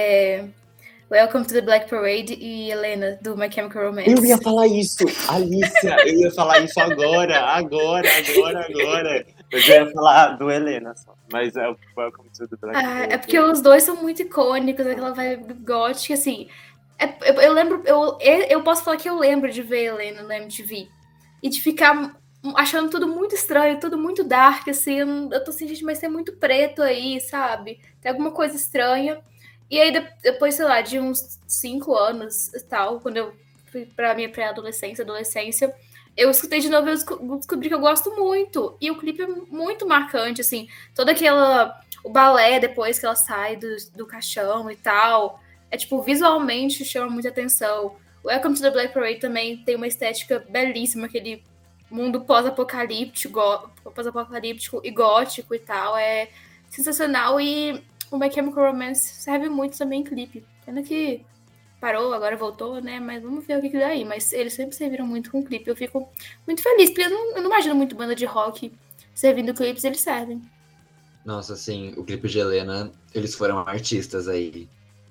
é Welcome to the Black Parade e Helena, do My Chemical Romance. eu ia falar isso, Alicia, eu ia falar isso agora, agora, agora, agora. Mas eu ia falar do Helena só. Mas é o Welcome to the Black Ah, Parade. é porque os dois são muito icônicos, aquela vibe gótica, assim. É, eu, eu lembro, eu, eu posso falar que eu lembro de ver Helena no M T V e de ficar achando tudo muito estranho, tudo muito dark, assim. Eu, eu tô assim, gente, mas tem muito preto aí, sabe? Tem alguma coisa estranha. E aí, depois, sei lá, de uns cinco anos e tal, quando eu fui pra minha pré-adolescência, adolescência, eu escutei de novo e eu descobri que eu gosto muito. E o clipe é muito marcante, assim. Toda aquela... O balé, depois que ela sai do, do caixão e tal. É, tipo, visualmente chama muita atenção. O Welcome to the Black Parade também tem uma estética belíssima, aquele mundo pós-apocalíptico, pós-apocalíptico e gótico e tal. É sensacional e o My Chemical Romance serve muito também em clipe. Pena que parou, agora voltou, né? Mas vamos ver o que, que dá aí. Mas eles sempre serviram muito com clipe. Eu fico muito feliz, porque eu não, eu não imagino muito banda de rock servindo clipes, eles servem. Nossa, assim, o clipe de Helena, eles foram artistas aí.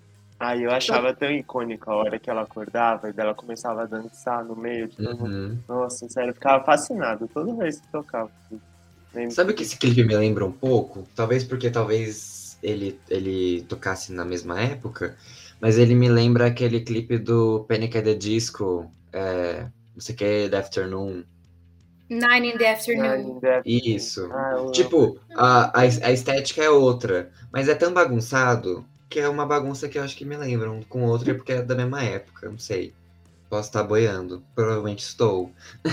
Ai, eu achava tão icônico a hora que ela acordava e dela começava a dançar no meio de todo mundo. Uhum. Nossa, sério, eu ficava fascinado toda vez que tocava. Lembro Sabe o que esse clipe me lembra um pouco? Talvez porque talvez ele, ele tocasse na mesma época, mas ele me lembra aquele clipe do Panic! At the Disco, é, não sei o que, The Afternoon. Nine in the Afternoon. Nine in the Afternoon. Isso. Ah, eu Tipo, a, a, a estética é outra, mas é tão bagunçado que é uma bagunça que eu acho que me lembra um com o outro, porque é da mesma época, não sei. Posso estar boiando, provavelmente estou.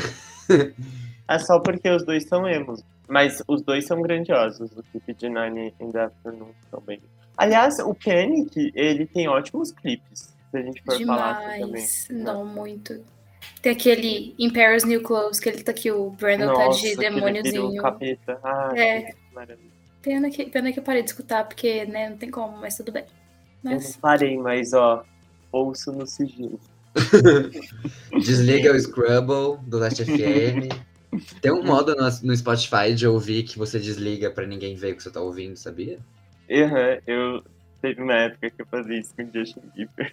É só porque os dois são emos. Mas os dois são grandiosos, o clipe de Nine in the Afternoon também. Aliás, o Panic, ele tem ótimos clipes, se a gente for falar assim também. Demais. Não, muito. Tem aquele In Paris New Clothes, que ele tá aqui, o Brandon tá Nossa, de que ele vira o demôniozinho. capeta. Ah, É. que maravilha. Pena que, pena que eu parei de escutar, porque, né, não tem como, mas tudo bem. Eu não Mas parei, mas ó, ouço no sigilo. Desliga o Scrabble do Last F M. Tem um modo no, no Spotify de ouvir que você desliga pra ninguém ver o que você tá ouvindo, sabia? Uhum, eu teve uma época que eu fazia isso com o Justin Bieber.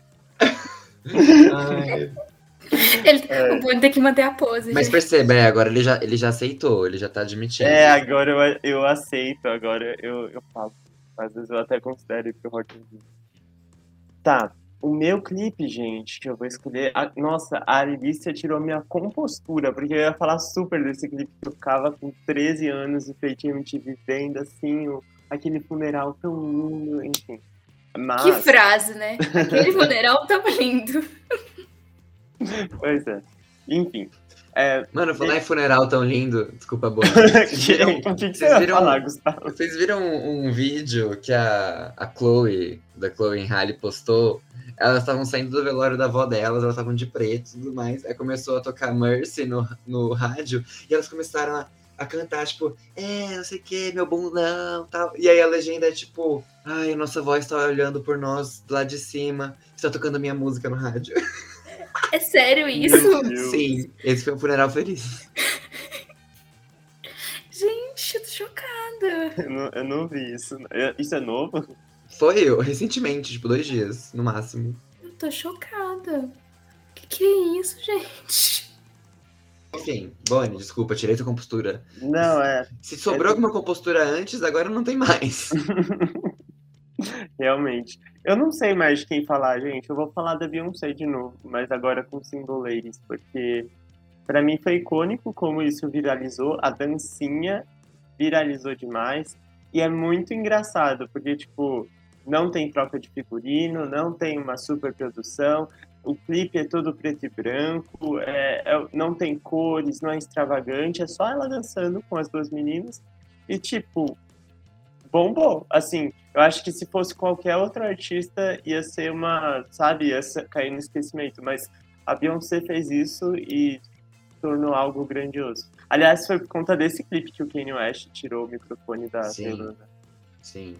Ai. ele, É. o Bruno tem que manter a pose, Mas gente. perceba, é, agora ele já, ele já aceitou, ele já tá admitindo. É, agora eu, eu aceito, agora eu, eu falo. Às vezes eu até considero ir pro Rock in Rio. Tá, o meu clipe, gente, que eu vou escolher... a- nossa, a Alicia tirou minha compostura, porque eu ia falar super desse clipe que eu ficava com treze anos e feito M T V vendo, assim, o, aquele funeral tão lindo, enfim. Mas... Que frase, né? Aquele funeral tão lindo. Pois é. Enfim. É, Mano, falar em funeral tão lindo, desculpa, boa. que, o que, que você vocês vai viram- falar, Gustavo? Vocês viram um, um vídeo que a, a Chloe, da Chloe Halle, postou? Elas estavam saindo do velório da avó delas, elas estavam de preto e tudo mais. Aí começou a tocar Mercy no, no rádio e elas começaram a, a cantar, tipo, é, não sei o que, meu bundão, tal. E aí a legenda é tipo, ai, nossa voz tá olhando por nós lá de cima, está tocando minha música no rádio. É sério isso? Meu Deus. Sim, esse foi um funeral feliz. Gente, eu tô chocada. Eu não, eu não vi isso. Isso é novo? Foi eu, recentemente, tipo, dois dias, no máximo. Eu tô chocada. Que que é isso, gente? Enfim, Bonnie, desculpa, tirei tua compostura. Não, é. Se sobrou é... alguma compostura antes, agora não tem mais. Realmente. Eu não sei mais de quem falar, gente. Eu vou falar da Beyoncé de novo, mas agora com Single Ladies, porque pra mim foi icônico como isso viralizou. A dancinha viralizou demais. E é muito engraçado, porque, tipo, não tem troca de figurino, não tem uma super produção. O clipe é todo preto e branco, é, é, não tem cores, não é extravagante, é só ela dançando com as duas meninas. E, tipo, bombou. Assim, eu acho que se fosse qualquer outro artista, ia ser uma, sabe, ia ser, cair no esquecimento. Mas a Beyoncé fez isso e tornou algo grandioso. Aliás, foi por conta desse clipe que o Kanye West tirou o microfone da Sim. Taylor. Sim.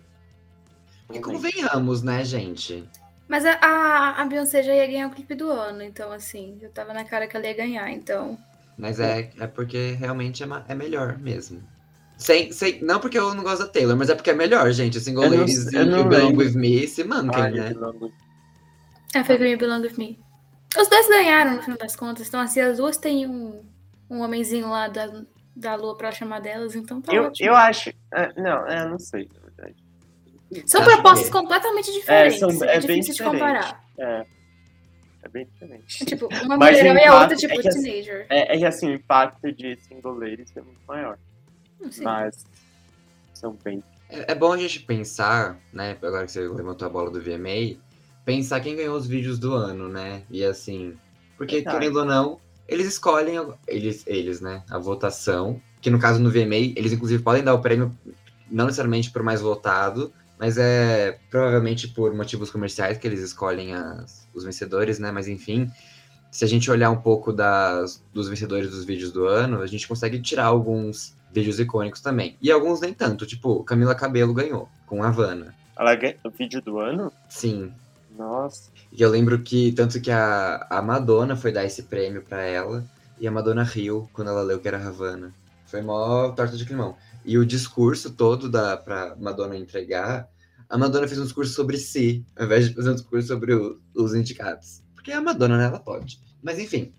E convenhamos, né, gente? Mas a, a, a Beyoncé já ia ganhar o clipe do ano, então assim, eu tava na cara que ela ia ganhar, então. Mas é, é porque realmente é, ma- é melhor mesmo. Sem, sem, não porque eu não gosto da Taylor, mas é porque é melhor, gente. O Single Eu não- Ladies eu e não o Belong lembro. With Me se mancam, Ai, né? eu não- É, foi Green Belong With Me. Os dois ganharam, no final das contas. Então, assim, as duas têm um, um homenzinho lá da, da lua pra chamar delas, então tá Eu, ótimo. eu acho. é, Não, é, eu não sei, na verdade. São Acho propostas que- completamente É, diferentes. são, É, é bem difícil de diferente. comparar. É, é bem diferente. É, tipo, uma Mas o mulherão e a outra, impacto tipo, é que assim- teenager. É, é que assim, o impacto de Single Ladies é muito maior. Sim. Mas são bem. É, é bom a gente pensar, né? Agora que você levantou a bola do V M A, pensar quem ganhou os vídeos do ano, né? E assim. Porque, Verdade. querendo ou não, eles escolhem. Eles, eles, né? A votação. Que no caso no V M A, eles inclusive podem dar o prêmio, não necessariamente por mais votado, mas é provavelmente por motivos comerciais que eles escolhem as, os vencedores, né? Mas enfim, se a gente olhar um pouco das, dos vencedores dos vídeos do ano, a gente consegue tirar alguns vídeos icônicos também. E alguns nem tanto, tipo, Camila Cabello ganhou, com Havana. Ela ganha o vídeo do ano? Sim. Nossa. E eu lembro que, tanto que a, a Madonna foi dar esse prêmio pra ela, e a Madonna riu quando ela leu que era Havana. Foi mó torta de climão. E o discurso todo da, pra Madonna entregar, a Madonna fez um discurso sobre si, ao invés de fazer um discurso sobre o, os indicados. Porque a Madonna, né, ela pode. Mas enfim,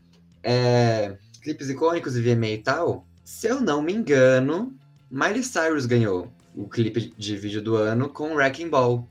é, clipes icônicos e V M A e tal, se eu não me engano, Miley Cyrus ganhou o clipe de vídeo do ano com Wrecking Ball.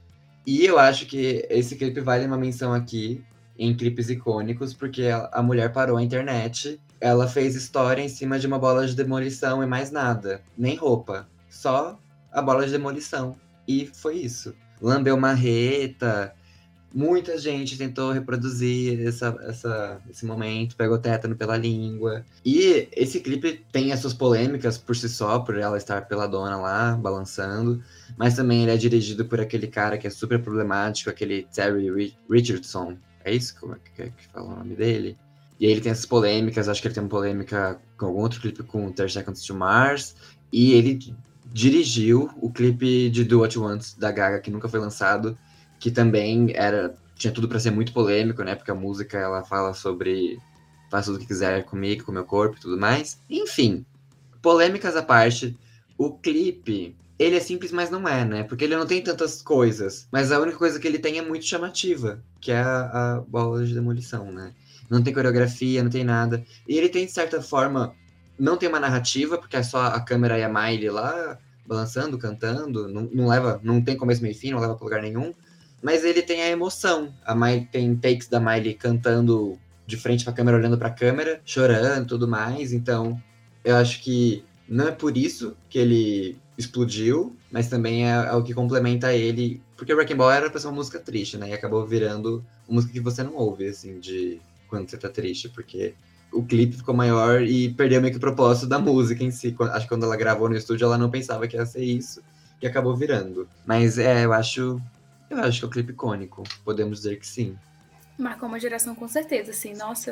E eu acho que esse clipe vale uma menção aqui em clipes icônicos, porque a, a mulher parou a internet, ela fez história em cima de uma bola de demolição e mais nada. Nem roupa, só a bola de demolição. E foi isso. Lambeu marreta, muita gente tentou reproduzir essa, essa, esse momento, pegou tétano pela língua. E esse clipe tem as suas polêmicas por si só, por ela estar peladona lá, balançando. Mas também ele é dirigido por aquele cara que é super problemático, aquele Terry Richardson. É isso que, que, que fala o nome dele? E aí ele tem essas polêmicas, acho que ele tem uma polêmica com algum outro clipe com thirty Seconds to Mars. E ele dirigiu o clipe de Do What You Want, da Gaga, que nunca foi lançado, que também era, tinha tudo pra ser muito polêmico, né? Porque a música, ela fala sobre faz tudo o que quiser comigo, com o meu corpo e tudo mais. Enfim, polêmicas à parte, o clipe, ele é simples, mas não é, né? Porque ele não tem tantas coisas. Mas a única coisa que ele tem é muito chamativa, que é a, a bola de demolição, né? Não tem coreografia, não tem nada. E ele tem, de certa forma, não tem uma narrativa, porque é só a câmera e a Miley lá, balançando, cantando. Não, não leva, não tem começo, meio e fim, não leva pra lugar nenhum. Mas ele tem a emoção. A Miley tem takes da Miley cantando de frente pra câmera, olhando pra câmera, chorando e tudo mais. Então, eu acho que não é por isso que ele explodiu, mas também é, é o que complementa ele. Porque o Wrecking Ball era pra ser uma música triste, né? E acabou virando uma música que você não ouve, assim, de quando você tá triste, porque o clipe ficou maior e perdeu meio que o propósito da música em si. Acho que quando ela gravou no estúdio, ela não pensava que ia ser isso, e acabou virando. Mas é, eu acho. Eu acho que é um clipe icônico. Podemos dizer que sim. Marcou uma geração com certeza, assim, nossa.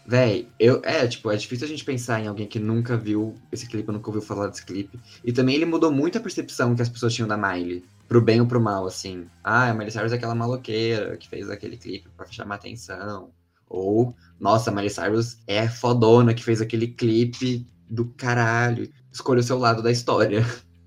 Véi, eu, é, tipo, é difícil a gente pensar em alguém que nunca viu esse clipe, nunca ouviu falar desse clipe. E também ele mudou muito a percepção que as pessoas tinham da Miley. Pro bem ou pro mal, assim. Ah, a Miley Cyrus é aquela maloqueira que fez aquele clipe pra chamar atenção. Ou, nossa, a Miley Cyrus é fodona que fez aquele clipe do caralho. Escolha o seu lado da história.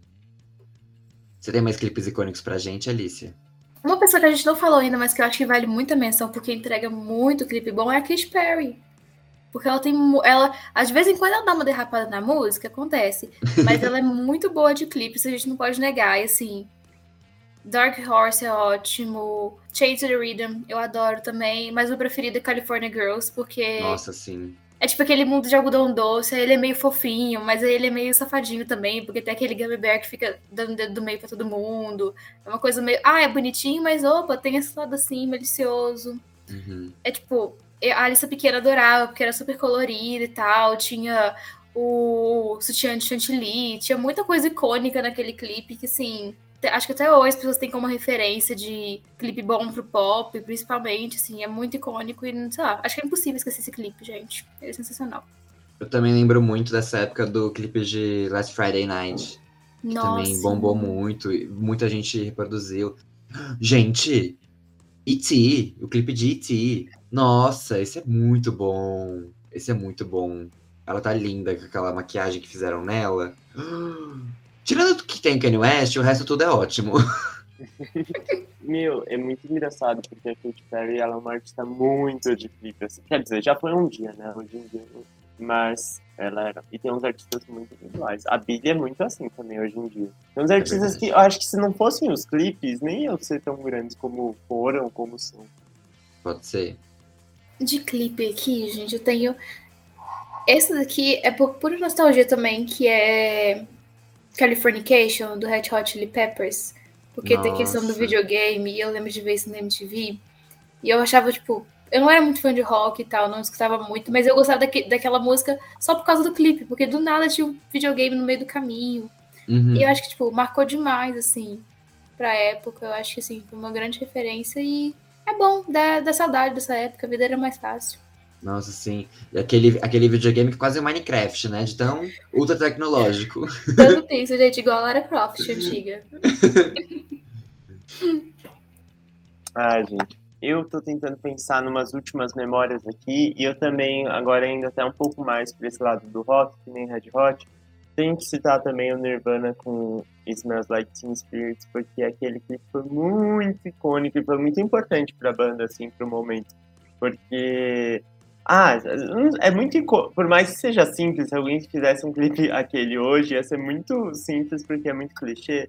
Você tem mais clipes icônicos pra gente, Alicia? Uma pessoa que a gente não falou ainda, mas que eu acho que vale muito a menção, porque entrega muito clipe bom, é a Katy Perry. Porque ela tem. Ela, às vezes em quando ela dá uma derrapada na música, acontece. Mas ela é muito boa de clipe, isso a gente não pode negar. E assim, Dark Horse é ótimo. Chase the Rhythm, eu adoro também. Mas o preferido é California Girls, porque. Nossa, sim. É tipo aquele mundo de algodão doce, aí ele é meio fofinho, mas aí ele é meio safadinho também, porque tem aquele Gummy Bear que fica dando dedo do meio pra todo mundo. É uma coisa meio. Ah, é bonitinho, mas opa, tem esse lado assim, malicioso. Uhum. É tipo, a Alissa Pequena adorava, porque era super colorida e tal. Tinha o sutiã de chantilly, tinha muita coisa icônica naquele clipe que, assim, acho que até hoje as pessoas têm como referência de clipe bom pro pop, principalmente, assim, é muito icônico e, sei lá, acho que é impossível esquecer esse clipe, gente. Ele é sensacional. Eu também lembro muito dessa época do clipe de Last Friday Night. Que Nossa. também bombou muito, e muita gente reproduziu. Gente, E T, o clipe de E T. Nossa, esse é muito bom. Esse é muito bom. Ela tá linda com aquela maquiagem que fizeram nela. Tirando que tem Kanye West, o resto tudo é ótimo. Meu, é muito engraçado, porque a Katy Perry, ela é uma artista muito de clipe, assim. Quer dizer, já foi um dia, né? Hoje em dia, mas ela era. E tem uns artistas muito individuais. A Billie é muito assim também, hoje em dia. Tem uns artistas que eu acho que se não fossem os clipes, nem iam ser tão grandes como foram, como são. Pode ser. De clipe aqui, gente, eu tenho... Esse daqui é por pura nostalgia também, que é Californication, do Red Hot Chili Peppers. Porque tem questão do Nossa. videogame, e eu lembro de ver isso na M T V. E eu achava, tipo... Eu não era muito fã de rock e tal, não escutava muito, mas eu gostava daque, daquela música só por causa do clipe, porque do nada tinha um videogame no meio do caminho. Uhum. E eu acho que, tipo, marcou demais, assim, pra época. Eu acho que, assim, foi uma grande referência e é bom, dá, dá saudade dessa época, a vida era mais fácil. Nossa, sim. E aquele, aquele videogame que quase é Minecraft, né? De tão ultra tecnológico. Todo isso, gente, igual a Lara Croft, antiga. Ah, gente, eu tô tentando pensar numas últimas memórias aqui, e eu também, agora ainda até um pouco mais pra esse lado do rock, que nem Red Hot, tenho que citar também o Nirvana com Smells Like Teen Spirit, porque aquele clipe foi muito icônico e foi muito importante pra banda, assim, pro momento. Porque... Ah, é muito icônico. Por mais que seja simples, se alguém fizesse um clipe aquele hoje, ia ser muito simples, porque é muito clichê.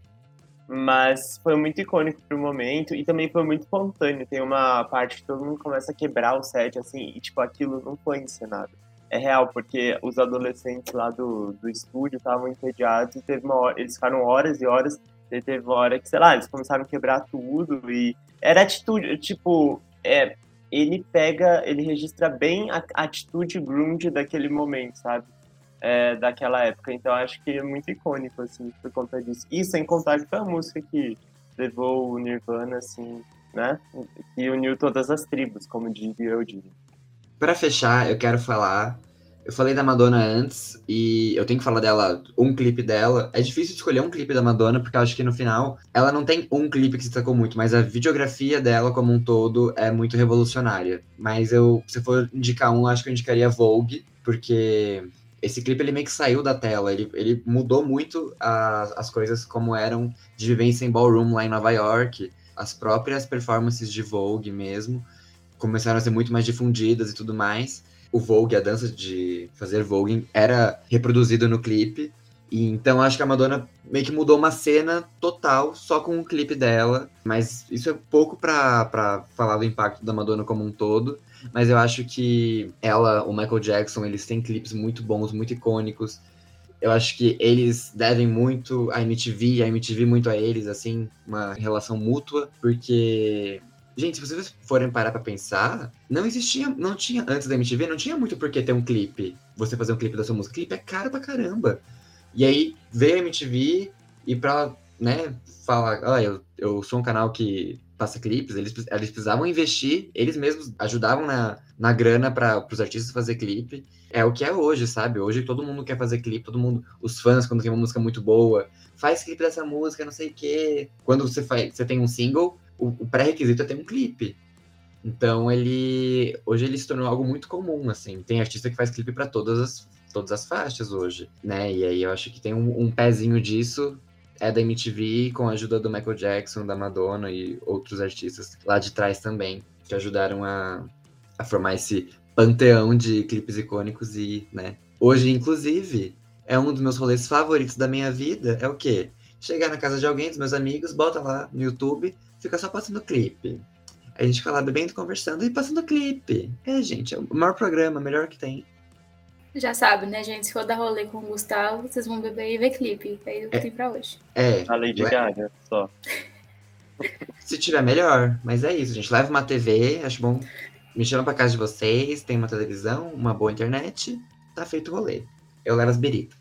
Mas foi muito icônico pro momento e também foi muito espontâneo. Tem uma parte que todo mundo começa a quebrar o set, assim, e tipo, aquilo não foi encenado. É real, porque os adolescentes lá do, do estúdio estavam entediados e teve uma hora, eles ficaram horas e horas, e teve uma hora que, sei lá, eles começaram a quebrar tudo e era atitude, tipo, é, ele pega, ele registra bem a atitude grunge daquele momento, sabe? É, daquela época, então acho que é muito icônico, assim, por conta disso. E sem contar que foi a música que levou o Nirvana, assim, né, que uniu todas as tribos, como diria o Didi. Pra fechar, eu quero falar... Eu falei da Madonna antes, e eu tenho que falar dela, um clipe dela. É difícil escolher um clipe da Madonna, porque eu acho que no final, ela não tem um clipe que se destacou muito, mas a videografia dela como um todo é muito revolucionária. Mas eu, se for indicar um, acho que eu indicaria Vogue, porque... Esse clipe, ele meio que saiu da tela, ele, ele mudou muito a, as coisas como eram de vivência em ballroom lá em Nova York. As próprias performances de Vogue mesmo começaram a ser muito mais difundidas e tudo mais. O Vogue, a dança de fazer Vogue, era reproduzido no clipe. E então acho que a Madonna meio que mudou uma cena total só com o clipe dela. Mas isso é pouco pra, pra falar do impacto da Madonna como um todo. Mas eu acho que ela, o Michael Jackson, eles têm clipes muito bons, muito icônicos. Eu acho que eles devem muito à M T V, a M T V muito a eles, assim, uma relação mútua, porque... Gente, se vocês forem parar pra pensar, não existia, não tinha, antes da M T V, não tinha muito por que ter um clipe, você fazer um clipe da sua música. Clipe é caro pra caramba. E aí veio a M T V e pra, né, falar, ah, eu, eu sou um canal que passa-clipes, eles, eles precisavam investir, eles mesmos ajudavam na, na grana para os artistas fazer clipe. É o que é hoje, sabe? Hoje todo mundo quer fazer clipe, todo mundo, os fãs, quando tem uma música muito boa, faz clipe dessa música, não sei o quê. Quando você, faz, você tem um single, o, o pré-requisito é ter um clipe. Então, ele hoje ele se tornou algo muito comum, assim. Tem artista que faz clipe para todas as, todas as faixas hoje, né? E aí eu acho que tem um, um pezinho disso, é da M T V, com a ajuda do Michael Jackson, da Madonna e outros artistas lá de trás também, que ajudaram a, a formar esse panteão de clipes icônicos e, né? Hoje, inclusive, é um dos meus rolês favoritos da minha vida, é o quê? Chegar na casa de alguém, dos meus amigos, bota lá no YouTube, fica só passando clipe. A gente fica lá bebendo, conversando e passando clipe. É, gente, é o maior programa, melhor que tem. Já sabe, né, gente? Se for dar rolê com o Gustavo, vocês vão beber e ver clipe. É o que É. tem pra hoje. É. A Lady ué, Gaga, só. Se tiver, melhor. Mas é isso, gente. Leva uma T V, acho bom. Me chama pra casa de vocês, tem uma televisão, uma boa internet, tá feito o rolê. Eu levo as biritas.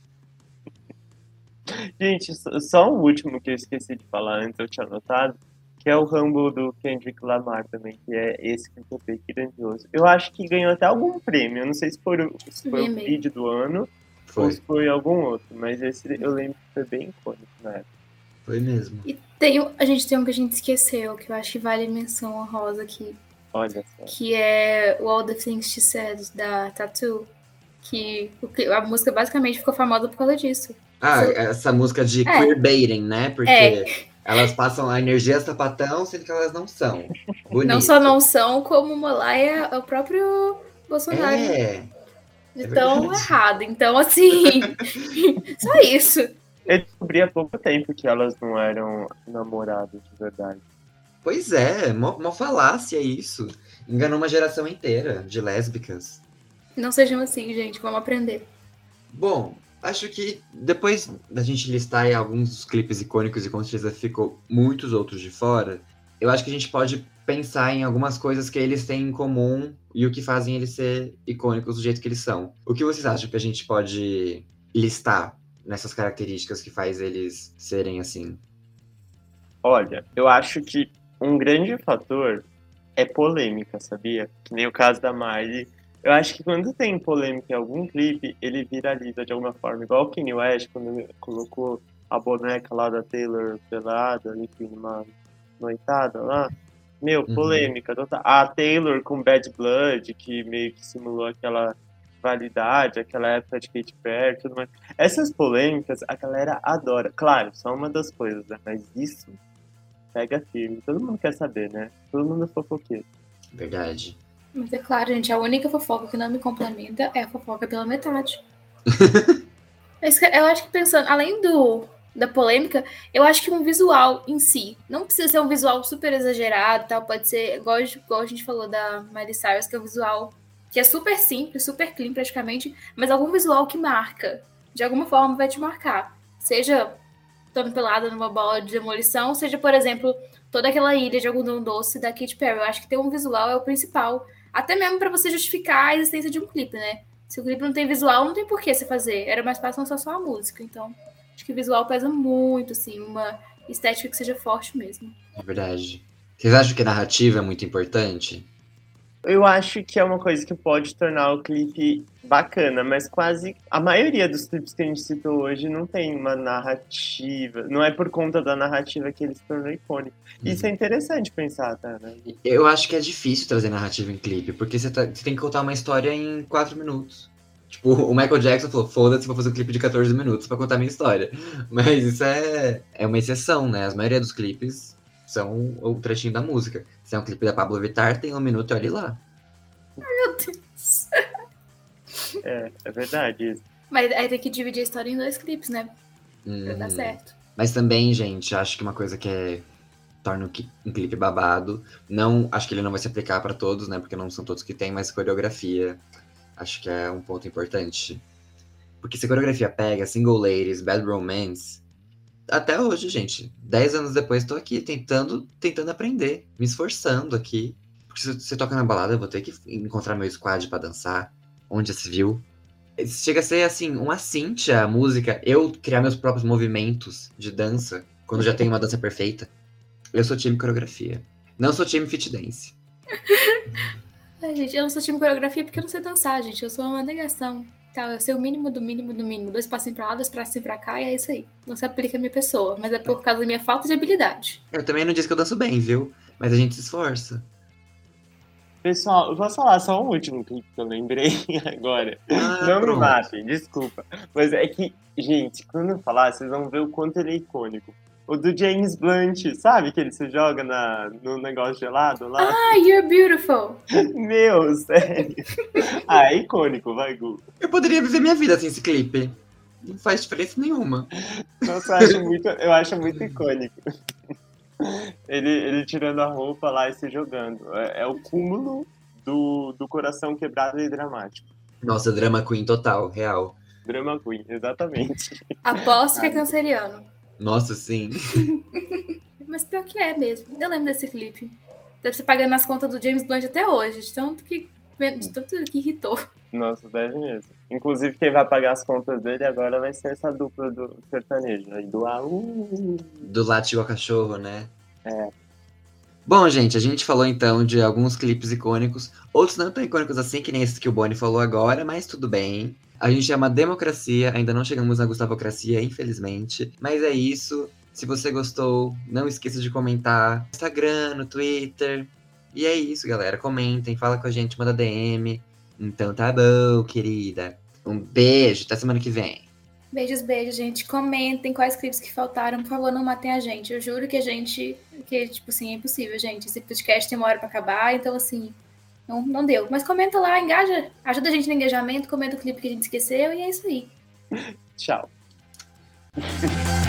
Gente, só- só o último que eu esqueci de falar antes, eu tinha anotado, que é o Humble do Kendrick Lamar também, que é esse que eu bem grandioso. Eu acho que ganhou até algum prêmio, eu não sei se foi, o- se foi o Remake. vídeo do ano ou Foi, se foi algum outro, mas esse eu lembro que foi bem icônico na época. foi mesmo. E tem, o- a gente tem um que a gente esqueceu, que eu acho que vale menção honrosa aqui, Olha só. que é o All the Things She Said, da Tattoo. Que o cli- a música basicamente ficou famosa por causa disso. Ah, Essa- essa música de É. queerbaiting, né? Porque É. elas passam a energia sapatão, sendo que elas não são. Bonito. Não só não são, como Malaya é o próprio Bolsonaro. É. de é tão verdade. errado. Então, assim, só isso. Eu descobri há pouco tempo que elas não eram namoradas de verdade. Pois é, mó, mó falácia isso. Enganou uma geração inteira de lésbicas. Não sejam assim, gente. Vamos aprender. Bom, acho que depois da gente listar aí alguns dos clipes icônicos e com certeza ficou muitos outros de fora, eu acho que a gente pode pensar em algumas coisas que eles têm em comum e o que fazem eles ser icônicos do jeito que eles são. O que vocês acham que a gente pode listar nessas características que faz eles serem assim? Olha, eu acho que um grande fator é polêmica, sabia? Que nem o caso da Miley. Eu acho que quando tem polêmica em algum clipe, ele viraliza de alguma forma. Igual o Kanye West, quando ele colocou a boneca lá da Taylor pelada, enfim, numa noitada lá. Meu, Uhum. polêmica. total. A Taylor com Bad Blood, que meio que simulou aquela validade, aquela época de Katy Perry e tudo mais. Essas polêmicas, a galera adora. Claro, são uma das coisas, né? Mas isso pega firme. Todo mundo quer saber, né? Todo mundo é fofoqueiro. Verdade. Mas é claro, gente, a única fofoca que não me complementa é a fofoca pela metade. Mas eu acho que pensando, além do, da polêmica, eu acho que um visual em si, não precisa ser um visual super exagerado, tal, pode ser, igual, igual a gente falou da Miley Cyrus, que é um visual que é super simples, super clean praticamente, mas algum visual que marca, de alguma forma vai te marcar. Seja estando pelada numa bola de demolição, seja, por exemplo, toda aquela ilha de algodão doce da Katy Perry. Eu acho que ter um visual é o principal, até mesmo pra você justificar a existência de um clipe, né? Se o clipe não tem visual, não tem por que você fazer. Era mais fácil lançar só a música. Então, acho que o visual pesa muito, assim, uma estética que seja forte mesmo. É verdade. Vocês acham que a narrativa é muito importante? Eu acho que é uma coisa que pode tornar o clipe bacana, mas quase a maioria dos clipes que a gente citou hoje não tem uma narrativa. Não é por conta da narrativa que ele se tornou icônico. Isso é interessante pensar, tá? Né? Eu acho que é difícil trazer narrativa em clipe, porque você, tá- você tem que contar uma história em quatro minutos. Tipo, o Michael Jackson falou, foda-se, vou fazer um clipe de catorze minutos pra contar minha história. Mas isso é, é uma exceção, né? A maioria dos clipes são o trechinho da música. Se é um clipe da Pablo Vittar, tem um minuto e olha lá. Meu Deus. É, é verdade isso. Mas aí tem que dividir a história em dois clipes, né? Pra dar Uhum. certo. Mas também, gente, acho que uma coisa que é torna o cli- um clipe babado, não, acho que ele não vai se aplicar pra todos, né? Porque não são todos que tem, mas coreografia, acho que é um ponto importante. Porque se a coreografia pega Single Ladies, Bad Romance, até hoje, gente, dez anos depois, tô aqui tentando, tentando aprender, me esforçando aqui. Porque se você toca na balada, eu vou ter que encontrar meu squad pra dançar, onde já se viu. Chega a ser, assim, uma Cíntia, a música, eu criar meus próprios movimentos de dança, quando já tenho uma dança perfeita. Eu sou time coreografia. Não sou time fit dance. Ai, gente, eu não sou time coreografia porque eu não sei dançar, gente. Eu sou uma negação. Tá, eu sei o mínimo do mínimo do mínimo. Dois passinhos pra lá, dois passinhos pra cá, e é isso aí. Não se aplica a minha pessoa, mas é por causa da minha falta de habilidade. Eu também não disse que eu danço bem, viu? Mas a gente se esforça. Pessoal, eu vou falar só um último clipe que eu lembrei agora. Ah, não pronto. me matem, desculpa. Mas é que, gente, quando eu falar, vocês vão ver o quanto ele é icônico. O do James Blunt, sabe? Que ele se joga na, no negócio gelado lá. Ah, you're beautiful! Meu, sério. Ah, é icônico, vai, Gu. Eu poderia viver minha vida sem esse clipe. Não faz diferença nenhuma. Nossa, eu acho muito, eu acho muito icônico. Ele, ele tirando a roupa lá e se jogando. É, é o cúmulo do, do coração quebrado e dramático. Nossa, drama queen total, real. Drama Queen, exatamente. Aposto que é canceriano. Nossa, sim. Mas pior que é mesmo. Eu lembro desse clipe. Deve ser pagando as contas do James Blunt até hoje, de tanto que, de tanto que irritou. Nossa, deve mesmo. Inclusive, quem vai pagar as contas dele agora vai ser essa dupla do sertanejo. Aí do A U. Do látigo ao cachorro, né? É. Bom, gente, a gente falou então de alguns clipes icônicos. Outros não tão icônicos assim, que nem esses que o Boni falou agora, mas tudo bem. A gente é uma democracia, ainda não chegamos na Gustavocracia, infelizmente. Mas é isso. Se você gostou, não esqueça de comentar no Instagram, no Twitter. E é isso, galera. Comentem, fala com a gente, manda D M. Então tá bom, querida. Um beijo, até semana que vem. Beijos, beijos, gente. Comentem quais clipes que faltaram. Por favor, não matem a gente. Eu juro que a gente... Que, tipo assim, é impossível, gente. Esse podcast tem uma hora pra acabar, então assim... Não, não deu. Mas comenta lá, engaja. Ajuda a gente no engajamento, comenta o clipe que a gente esqueceu e é isso aí. Tchau.